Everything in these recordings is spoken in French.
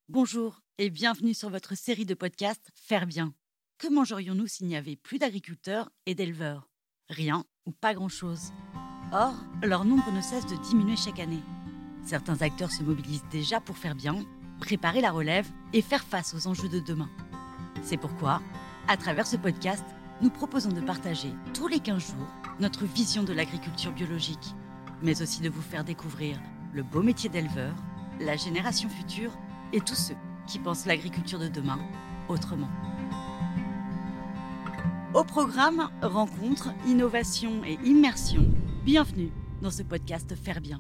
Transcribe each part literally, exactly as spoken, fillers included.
Bonjour et bienvenue sur votre série de podcasts Faire bien. Que mangerions-nous s'il n'y avait plus d'agriculteurs et d'éleveurs? Rien ou pas grand-chose. Or, leur nombre ne cesse de diminuer chaque année. Certains acteurs se mobilisent déjà pour faire bien, préparer la relève et faire face aux enjeux de demain. C'est pourquoi, à travers ce podcast, nous proposons de partager tous les quinze jours notre vision de l'agriculture biologique, mais aussi de vous faire découvrir le beau métier d'éleveur, la génération future et tous ceux qui pensent l'agriculture de demain autrement. Au programme, rencontres, innovation et immersion, bienvenue dans ce podcast Faire bien.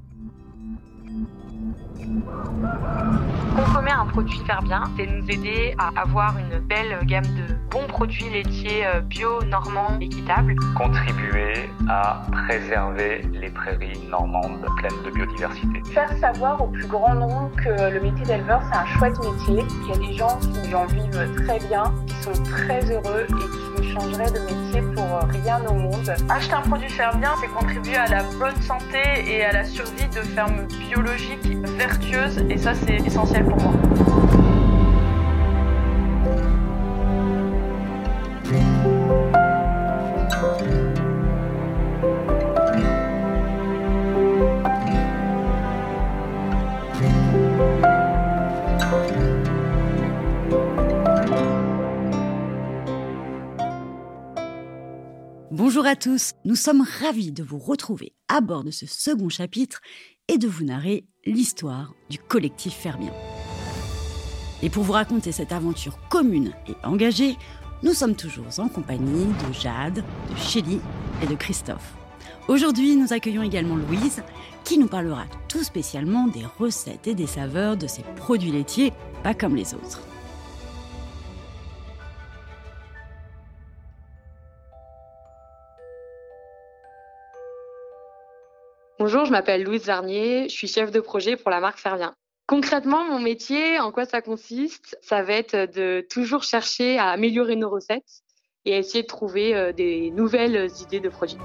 Consommer un produit Faire bien, c'est nous aider à avoir une belle gamme de bons produits laitiers bio, normands, équitables. Contribuer à préserver les prairies normandes pleines de biodiversité. Faire savoir au plus grand nombre que le métier d'éleveur, c'est un chouette métier, qu'il y a des gens qui en vivent très bien, qui sont très heureux et qui changeraient de métier pour rien au monde. Acheter un produit Faire bien, c'est contribuer à la bonne santé et à la survie de fermes biologiques vertueuses, et ça, c'est essentiel pour moi. Bonjour à tous, nous sommes ravis de vous retrouver à bord de ce second chapitre et de vous narrer l'histoire du collectif Faire bien. Et pour vous raconter cette aventure commune et engagée, nous sommes toujours en compagnie de Jade, de Chélie et de Christophe. Aujourd'hui, nous accueillons également Louise, qui nous parlera tout spécialement des recettes et des saveurs de ces produits laitiers, pas comme les autres. Bonjour, je m'appelle Louise Varnier, je suis chef de projet pour la marque Faire bien. Concrètement, mon métier, en quoi ça consiste? Ça va être de toujours chercher à améliorer nos recettes et à essayer de trouver des nouvelles idées de produits.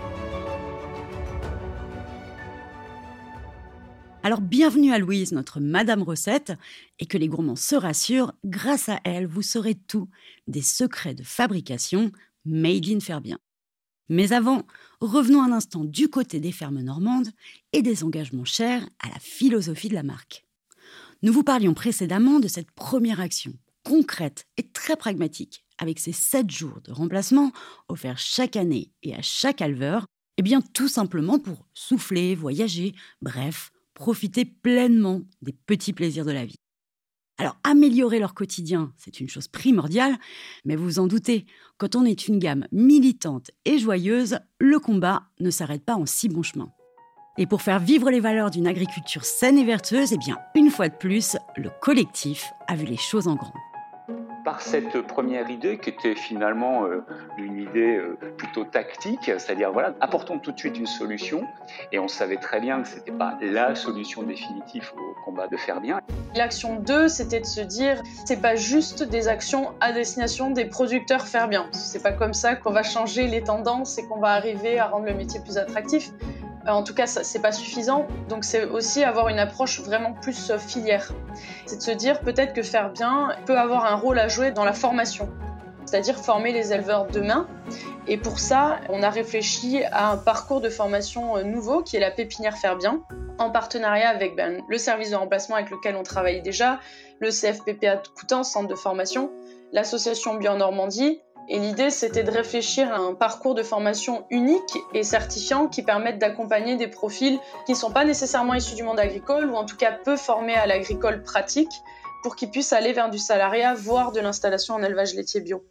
Alors bienvenue à Louise, notre Madame Recette, et que les gourmands se rassurent, grâce à elle, vous saurez tout des secrets de fabrication made in Faire bien. Mais avant, revenons un instant du côté des fermes normandes et des engagements chers à la philosophie de la marque. Nous vous parlions précédemment de cette première action, concrète et très pragmatique, avec ses sept jours de remplacement offerts chaque année et à chaque éleveur, et bien tout simplement pour souffler, voyager, bref, profiter pleinement des petits plaisirs de la vie. Alors, améliorer leur quotidien, c'est une chose primordiale, mais vous vous en doutez, quand on est une gamme militante et joyeuse, le combat ne s'arrête pas en si bon chemin. Et pour faire vivre les valeurs d'une agriculture saine et vertueuse, eh bien, une fois de plus, le collectif a vu les choses en grand. Par cette première idée qui était finalement euh, une idée euh, plutôt tactique, c'est-à-dire voilà, apportons tout de suite une solution, et on savait très bien que ce n'était pas la solution définitive au combat de Faire bien. L'action deux, c'était de se dire, c'est pas juste des actions à destination des producteurs Faire bien. C'est pas comme ça qu'on va changer les tendances et qu'on va arriver à rendre le métier plus attractif. En tout cas, ça, c'est pas suffisant. Donc, c'est aussi avoir une approche vraiment plus filière. C'est de se dire peut-être que Faire bien peut avoir un rôle à jouer dans la formation, c'est-à-dire former les éleveurs demain. Et pour ça, on a réfléchi à un parcours de formation nouveau qui est la pépinière Faire bien, en partenariat avec ben, le service de remplacement avec lequel on travaille déjà, le C F P P A de Coutances, centre de formation, l'association Bio Normandie. Et l'idée, c'était de réfléchir à un parcours de formation unique et certifiant qui permette d'accompagner des profils qui ne sont pas nécessairement issus du monde agricole ou en tout cas peu formés à l'agricole pratique pour qu'ils puissent aller vers du salariat, voire de l'installation en élevage laitier bio.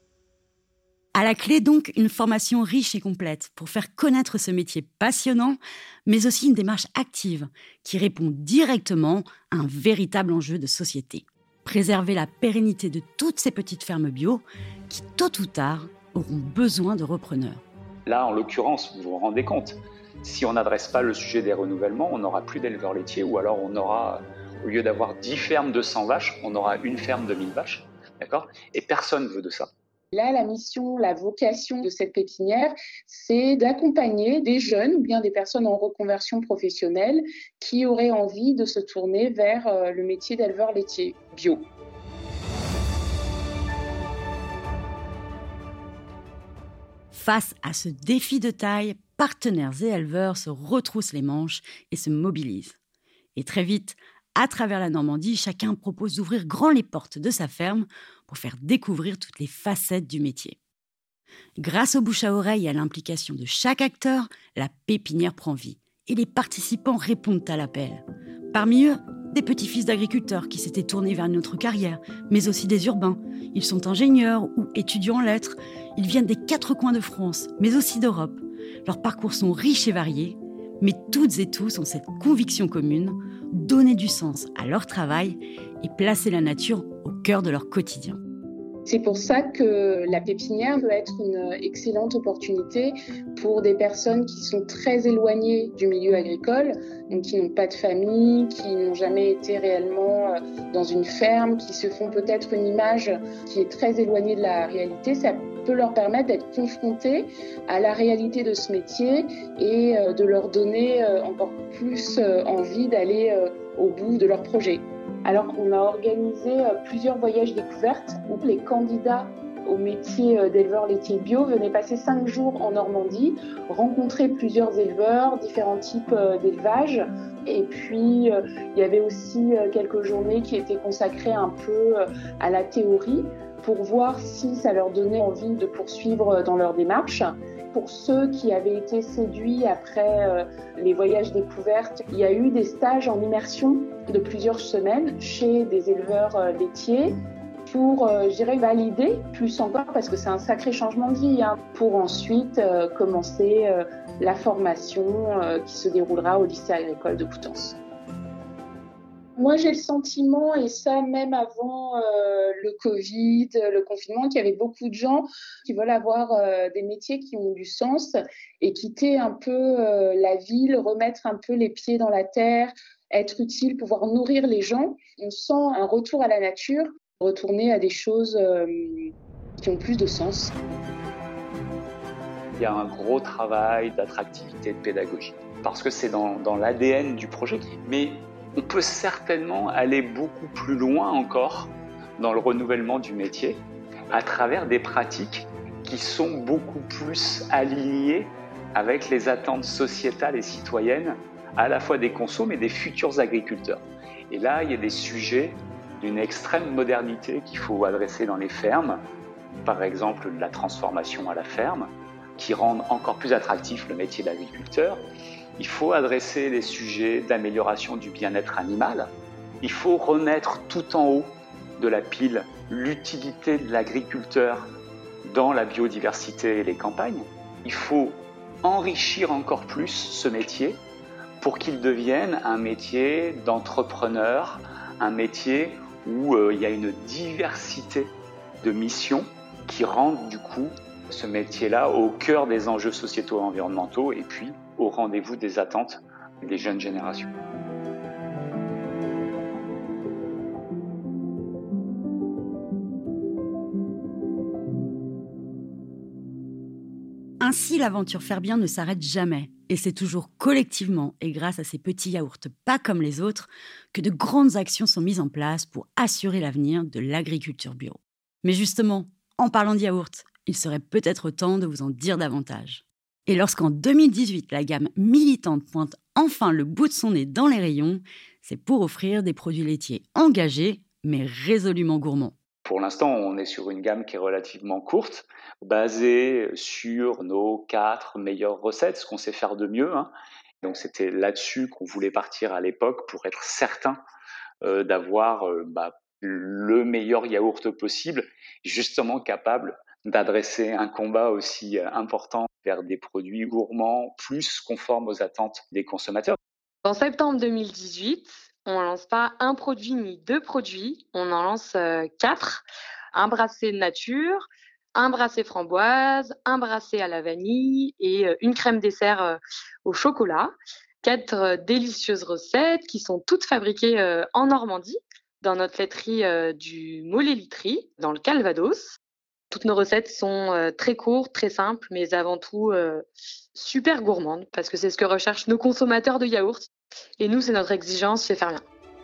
À la clé donc, une formation riche et complète pour faire connaître ce métier passionnant, mais aussi une démarche active qui répond directement à un véritable enjeu de société. Préserver la pérennité de toutes ces petites fermes bio qui, tôt ou tard, auront besoin de repreneurs. Là, en l'occurrence, vous vous rendez compte, si on n'adresse pas le sujet des renouvellements, on n'aura plus d'éleveurs laitiers, ou alors on aura, au lieu d'avoir dix fermes de cent vaches, on aura une ferme de mille vaches, d'accord ? Et personne ne veut de ça. Là, la mission, la vocation de cette pépinière, c'est d'accompagner des jeunes ou bien des personnes en reconversion professionnelle qui auraient envie de se tourner vers euh, le métier d'éleveur laitier bio. Face à ce défi de taille, partenaires et éleveurs se retroussent les manches et se mobilisent. Et très vite, à travers la Normandie, chacun propose d'ouvrir grand les portes de sa ferme pour faire découvrir toutes les facettes du métier. Grâce au bouche à oreille et à l'implication de chaque acteur, la pépinière prend vie et les participants répondent à l'appel. Parmi eux, des petits-fils d'agriculteurs qui s'étaient tournés vers une autre carrière, mais aussi des urbains. Ils sont ingénieurs ou étudiants en lettres. Ils viennent des quatre coins de France, mais aussi d'Europe. Leurs parcours sont riches et variés, mais toutes et tous ont cette conviction commune, donner du sens à leur travail et placer la nature au cœur de leur quotidien. C'est pour ça que la pépinière peut être une excellente opportunité pour des personnes qui sont très éloignées du milieu agricole, donc qui n'ont pas de famille, qui n'ont jamais été réellement dans une ferme, qui se font peut-être une image qui est très éloignée de la réalité. Ça peut leur permettre d'être confrontés à la réalité de ce métier et de leur donner encore plus envie d'aller au bout de leur projet. Alors qu'on a organisé plusieurs voyages découvertes où les candidats au métier d'éleveur laitier bio venaient passer cinq jours en Normandie, rencontrer plusieurs éleveurs, différents types d'élevage. Et puis, il y avait aussi quelques journées qui étaient consacrées un peu à la théorie pour voir si ça leur donnait envie de poursuivre dans leur démarche. Pour ceux qui avaient été séduits après euh, les voyages découvertes, il y a eu des stages en immersion de plusieurs semaines chez des éleveurs euh, laitiers pour, euh, je dirais, valider plus encore, parce que c'est un sacré changement de vie, hein, pour ensuite euh, commencer euh, la formation euh, qui se déroulera au lycée agricole de Coutances. Moi, j'ai le sentiment, et ça même avant euh, le Covid, le confinement, qu'il y avait beaucoup de gens qui veulent avoir euh, des métiers qui ont du sens et quitter un peu euh, la ville, remettre un peu les pieds dans la terre, être utile, pouvoir nourrir les gens. On sent un retour à la nature, retourner à des choses euh, qui ont plus de sens. Il y a un gros travail d'attractivité, de pédagogie, parce que c'est dans, dans l'A D N du projet. Mais on peut certainement aller beaucoup plus loin encore dans le renouvellement du métier à travers des pratiques qui sont beaucoup plus alignées avec les attentes sociétales et citoyennes, à la fois des consommateurs et des futurs agriculteurs. Et là, il y a des sujets d'une extrême modernité qu'il faut adresser dans les fermes, par exemple la transformation à la ferme, qui rendent encore plus attractif le métier d'agriculteur. Il faut adresser les sujets d'amélioration du bien-être animal. Il faut remettre tout en haut de la pile l'utilité de l'agriculteur dans la biodiversité et les campagnes. Il faut enrichir encore plus ce métier pour qu'il devienne un métier d'entrepreneur, un métier où euh, il y a une diversité de missions qui rendent du coup ce métier-là au cœur des enjeux sociétaux et environnementaux et puis au rendez-vous des attentes des jeunes générations. Ainsi, l'aventure Faire Bien ne s'arrête jamais. Et c'est toujours collectivement et grâce à ces petits yaourts pas comme les autres que de grandes actions sont mises en place pour assurer l'avenir de l'agriculture bio. Mais justement, en parlant de yaourts, il serait peut-être temps de vous en dire davantage. Et lorsqu'en deux mille dix-huit, la gamme militante pointe enfin le bout de son nez dans les rayons, c'est pour offrir des produits laitiers engagés, mais résolument gourmands. Pour l'instant, on est sur une gamme qui est relativement courte, basée sur nos quatre meilleures recettes, ce qu'on sait faire de mieux. Hein. Donc c'était là-dessus qu'on voulait partir à l'époque pour être certain euh, d'avoir euh, bah, le meilleur yaourt possible, justement capable d'adresser un combat aussi important vers des produits gourmands plus conformes aux attentes des consommateurs. En septembre deux mille dix-huit, on ne lance pas un produit ni deux produits, on en lance euh, quatre. Un brassé nature, un brassé framboise, un brassé à la vanille et euh, une crème dessert euh, au chocolat. Quatre euh, délicieuses recettes qui sont toutes fabriquées euh, en Normandie, dans notre laiterie euh, du Mollet-Literie, dans le Calvados. Toutes nos recettes sont euh, très courtes, très simples, mais avant tout euh, super gourmandes, parce que c'est ce que recherchent nos consommateurs de yaourt. Et nous, c'est notre exigence chez Ferbien.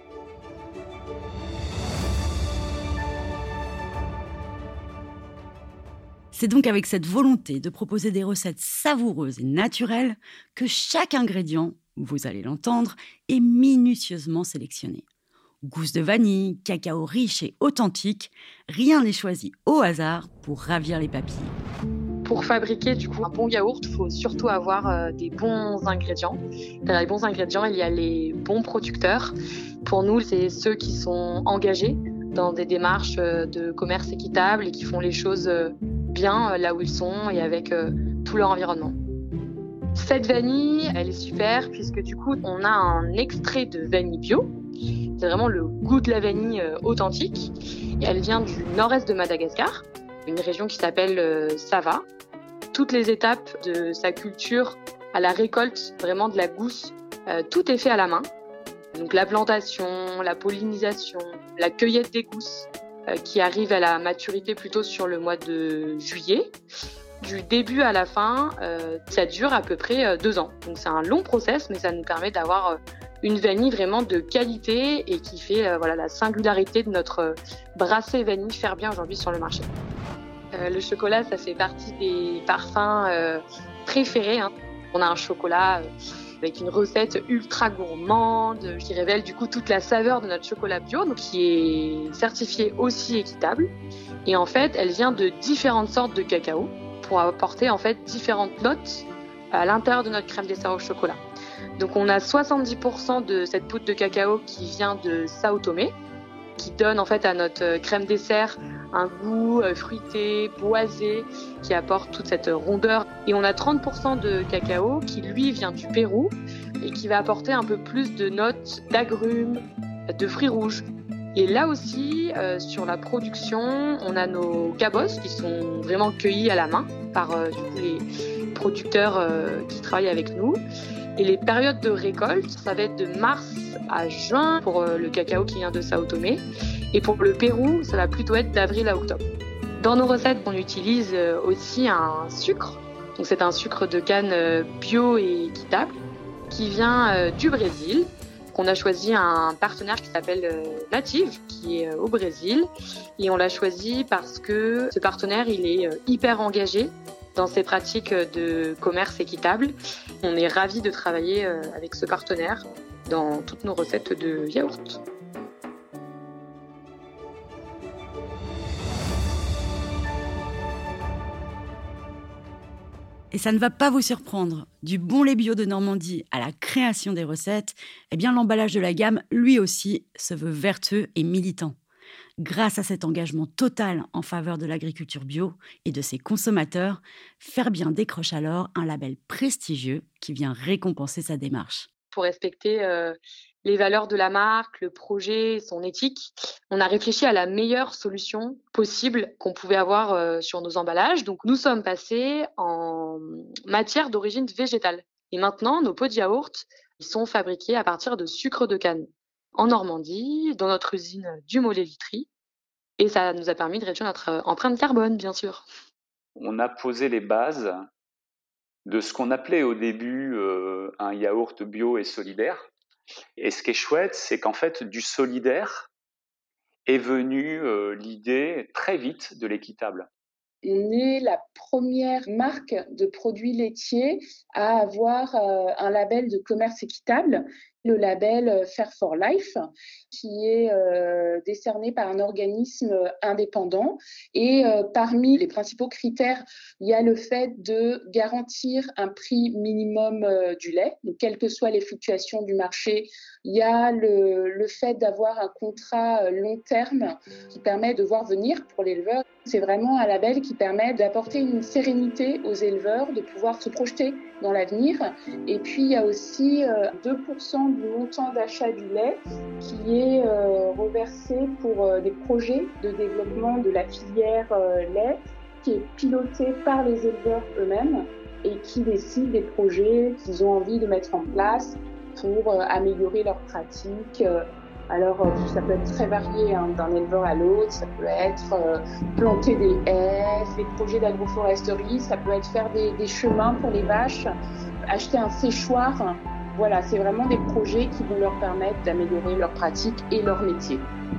C'est donc avec cette volonté de proposer des recettes savoureuses et naturelles que chaque ingrédient, vous allez l'entendre, est minutieusement sélectionné. Gousse de vanille, cacao riche et authentique, rien n'est choisi au hasard pour ravir les papilles. Pour fabriquer du coup un bon yaourt, il faut surtout avoir euh, des bons ingrédients. Derrière les bons ingrédients, il y a les bons producteurs. Pour nous, c'est ceux qui sont engagés dans des démarches euh, de commerce équitable et qui font les choses euh, bien euh, là où ils sont et avec euh, tout leur environnement. Cette vanille, elle est super puisque du coup, on a un extrait de vanille bio. C'est vraiment le goût de la vanille euh, authentique. Et elle vient du nord-est de Madagascar, une région qui s'appelle euh, Sava. Toutes les étapes de sa culture à la récolte vraiment de la gousse, euh, tout est fait à la main. Donc la plantation, la pollinisation, la cueillette des gousses euh, qui arrive à la maturité plutôt sur le mois de juillet. Du début à la fin, euh, ça dure à peu près euh, deux ans. Donc c'est un long process, mais ça nous permet d'avoir euh, une vanille vraiment de qualité et qui fait euh, voilà, la singularité de notre euh, brassée vanille Ferbien aujourd'hui sur le marché. Euh, le chocolat, ça fait partie des parfums euh, préférés. Hein. On a un chocolat euh, avec une recette ultra gourmande qui révèle du coup toute la saveur de notre chocolat bio, donc qui est certifié aussi équitable. Et en fait, elle vient de différentes sortes de cacao pour apporter en fait différentes notes à l'intérieur de notre crème dessert au chocolat. Donc on a soixante-dix pour cent de cette poudre de cacao qui vient de Sao Tomé, qui donne en fait à notre crème dessert un goût fruité, boisé, qui apporte toute cette rondeur. Et on a trente pour cent de cacao qui lui vient du Pérou et qui va apporter un peu plus de notes d'agrumes, de fruits rouges. Et là aussi, euh, sur la production, on a nos cabosses qui sont vraiment cueillis à la main par euh, du coup, les producteurs euh, qui travaillent avec nous. Et les périodes de récolte, ça va être de mars à juin pour euh, le cacao qui vient de Sao Tomé. Et pour le Pérou, ça va plutôt être d'avril à octobre. Dans nos recettes, on utilise euh, aussi un sucre. Donc c'est un sucre de canne euh, bio et équitable qui vient euh, du Brésil. On a choisi un partenaire qui s'appelle euh, Native, qui est euh, au Brésil. Et on l'a choisi parce que ce partenaire, il est euh, hyper engagé dans ses pratiques de commerce équitable. On est ravis de travailler euh, avec ce partenaire dans toutes nos recettes de yaourt. Et ça ne va pas vous surprendre, du bon lait bio de Normandie à la création des recettes, eh bien l'emballage de la gamme, lui aussi, se veut vertueux et militant. Grâce à cet engagement total en faveur de l'agriculture bio et de ses consommateurs, Ferbien décroche alors un label prestigieux qui vient récompenser sa démarche. Pour respecter euh, les valeurs de la marque, le projet, son éthique, on a réfléchi à la meilleure solution possible qu'on pouvait avoir euh, sur nos emballages. Donc nous sommes passés en matière d'origine végétale. Et maintenant, nos pots de yaourt, ils sont fabriqués à partir de sucre de canne en Normandie, dans notre usine du Mollet-Vitry. Et ça nous a permis de réduire notre empreinte carbone, bien sûr. On a posé les bases de ce qu'on appelait au début euh, un yaourt bio et solidaire. Et ce qui est chouette, c'est qu'en fait, du solidaire est venue euh, l'idée très vite de l'équitable. On est la première marque de produits laitiers à avoir euh, un label de commerce équitable, le label Fair for Life, qui est euh, décerné par un organisme indépendant. Et euh, parmi les principaux critères, il y a le fait de garantir un prix minimum euh, du lait, donc quelles que soient les fluctuations du marché. Il y a le, le fait d'avoir un contrat long terme qui permet de voir venir pour l'éleveur. C'est vraiment un label qui permet d'apporter une sérénité aux éleveurs, de pouvoir se projeter dans l'avenir. Et puis, il y a aussi euh, deux pour cent du montant d'achat du lait qui est euh, reversé pour euh, des projets de développement de la filière euh, lait, qui est piloté par les éleveurs eux-mêmes et qui décident des projets qu'ils ont envie de mettre en place pour euh, améliorer leurs pratiques, euh, Alors, ça peut être très varié hein, d'un éleveur à l'autre. Ça peut être euh, planter des haies, des projets d'agroforesterie. Ça peut être faire des, des chemins pour les vaches, acheter un séchoir. Voilà, c'est vraiment des projets qui vont leur permettre d'améliorer leur pratique et leur métier.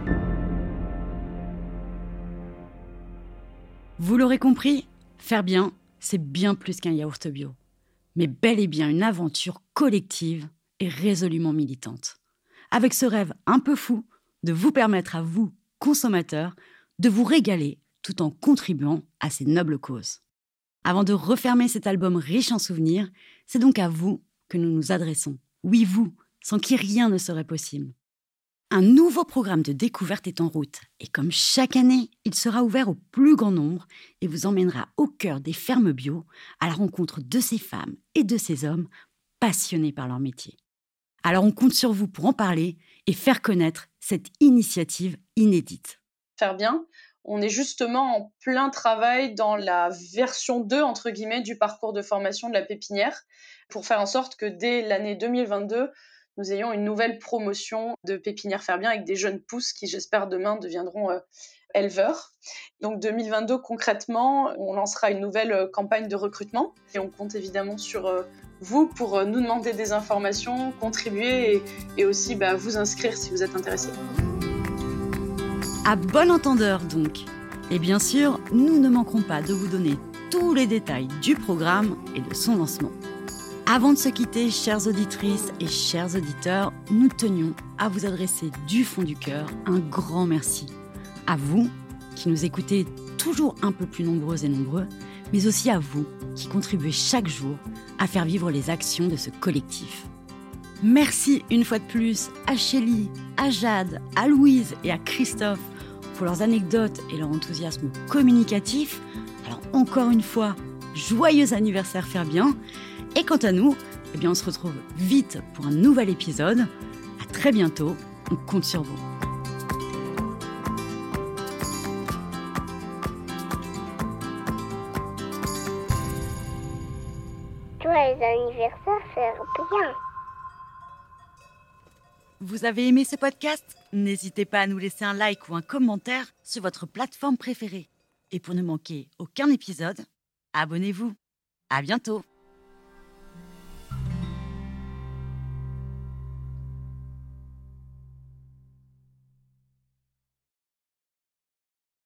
Vous l'aurez compris, faire bien, c'est bien plus qu'un yaourt bio, mais bel et bien une aventure collective et résolument militante. Avec ce rêve un peu fou de vous permettre à vous, consommateurs, de vous régaler tout en contribuant à ces nobles causes. Avant de refermer cet album riche en souvenirs, c'est donc à vous que nous nous adressons. Oui, vous, sans qui rien ne serait possible. Un nouveau programme de découverte est en route et comme chaque année, il sera ouvert au plus grand nombre et vous emmènera au cœur des fermes bio à la rencontre de ces femmes et de ces hommes passionnés par leur métier. Alors on compte sur vous pour en parler et faire connaître cette initiative inédite. Faire bien, on est justement en plein travail dans la version deux, entre guillemets, du parcours de formation de la pépinière pour faire en sorte que dès l'année deux mille vingt-deux, nous ayons une nouvelle promotion de pépinière Faire Bien avec des jeunes pousses qui, j'espère, demain deviendront euh, éleveurs. Donc deux mille vingt-deux, concrètement, on lancera une nouvelle euh, campagne de recrutement et on compte évidemment sur euh, vous pour euh, nous demander des informations, contribuer et, et aussi bah, vous inscrire si vous êtes intéressé. À bon entendeur donc. Et bien sûr, nous ne manquerons pas de vous donner tous les détails du programme et de son lancement. Avant de se quitter, chères auditrices et chers auditeurs, nous tenions à vous adresser du fond du cœur un grand merci. À vous qui nous écoutez toujours un peu plus nombreux et nombreux, mais aussi à vous qui contribuez chaque jour à faire vivre les actions de ce collectif. Merci une fois de plus à Chélie, à Jade, à Louise et à Christophe pour leurs anecdotes et leur enthousiasme communicatif. Alors encore une fois, joyeux anniversaire Faire Bien. Et quant à nous, eh bien on se retrouve vite pour un nouvel épisode. À très bientôt, on compte sur vous. Joyeux anniversaire Faire Bien. Vous avez aimé ce podcast ? N'hésitez pas à nous laisser un like ou un commentaire sur votre plateforme préférée. Et pour ne manquer aucun épisode, abonnez-vous. À bientôt.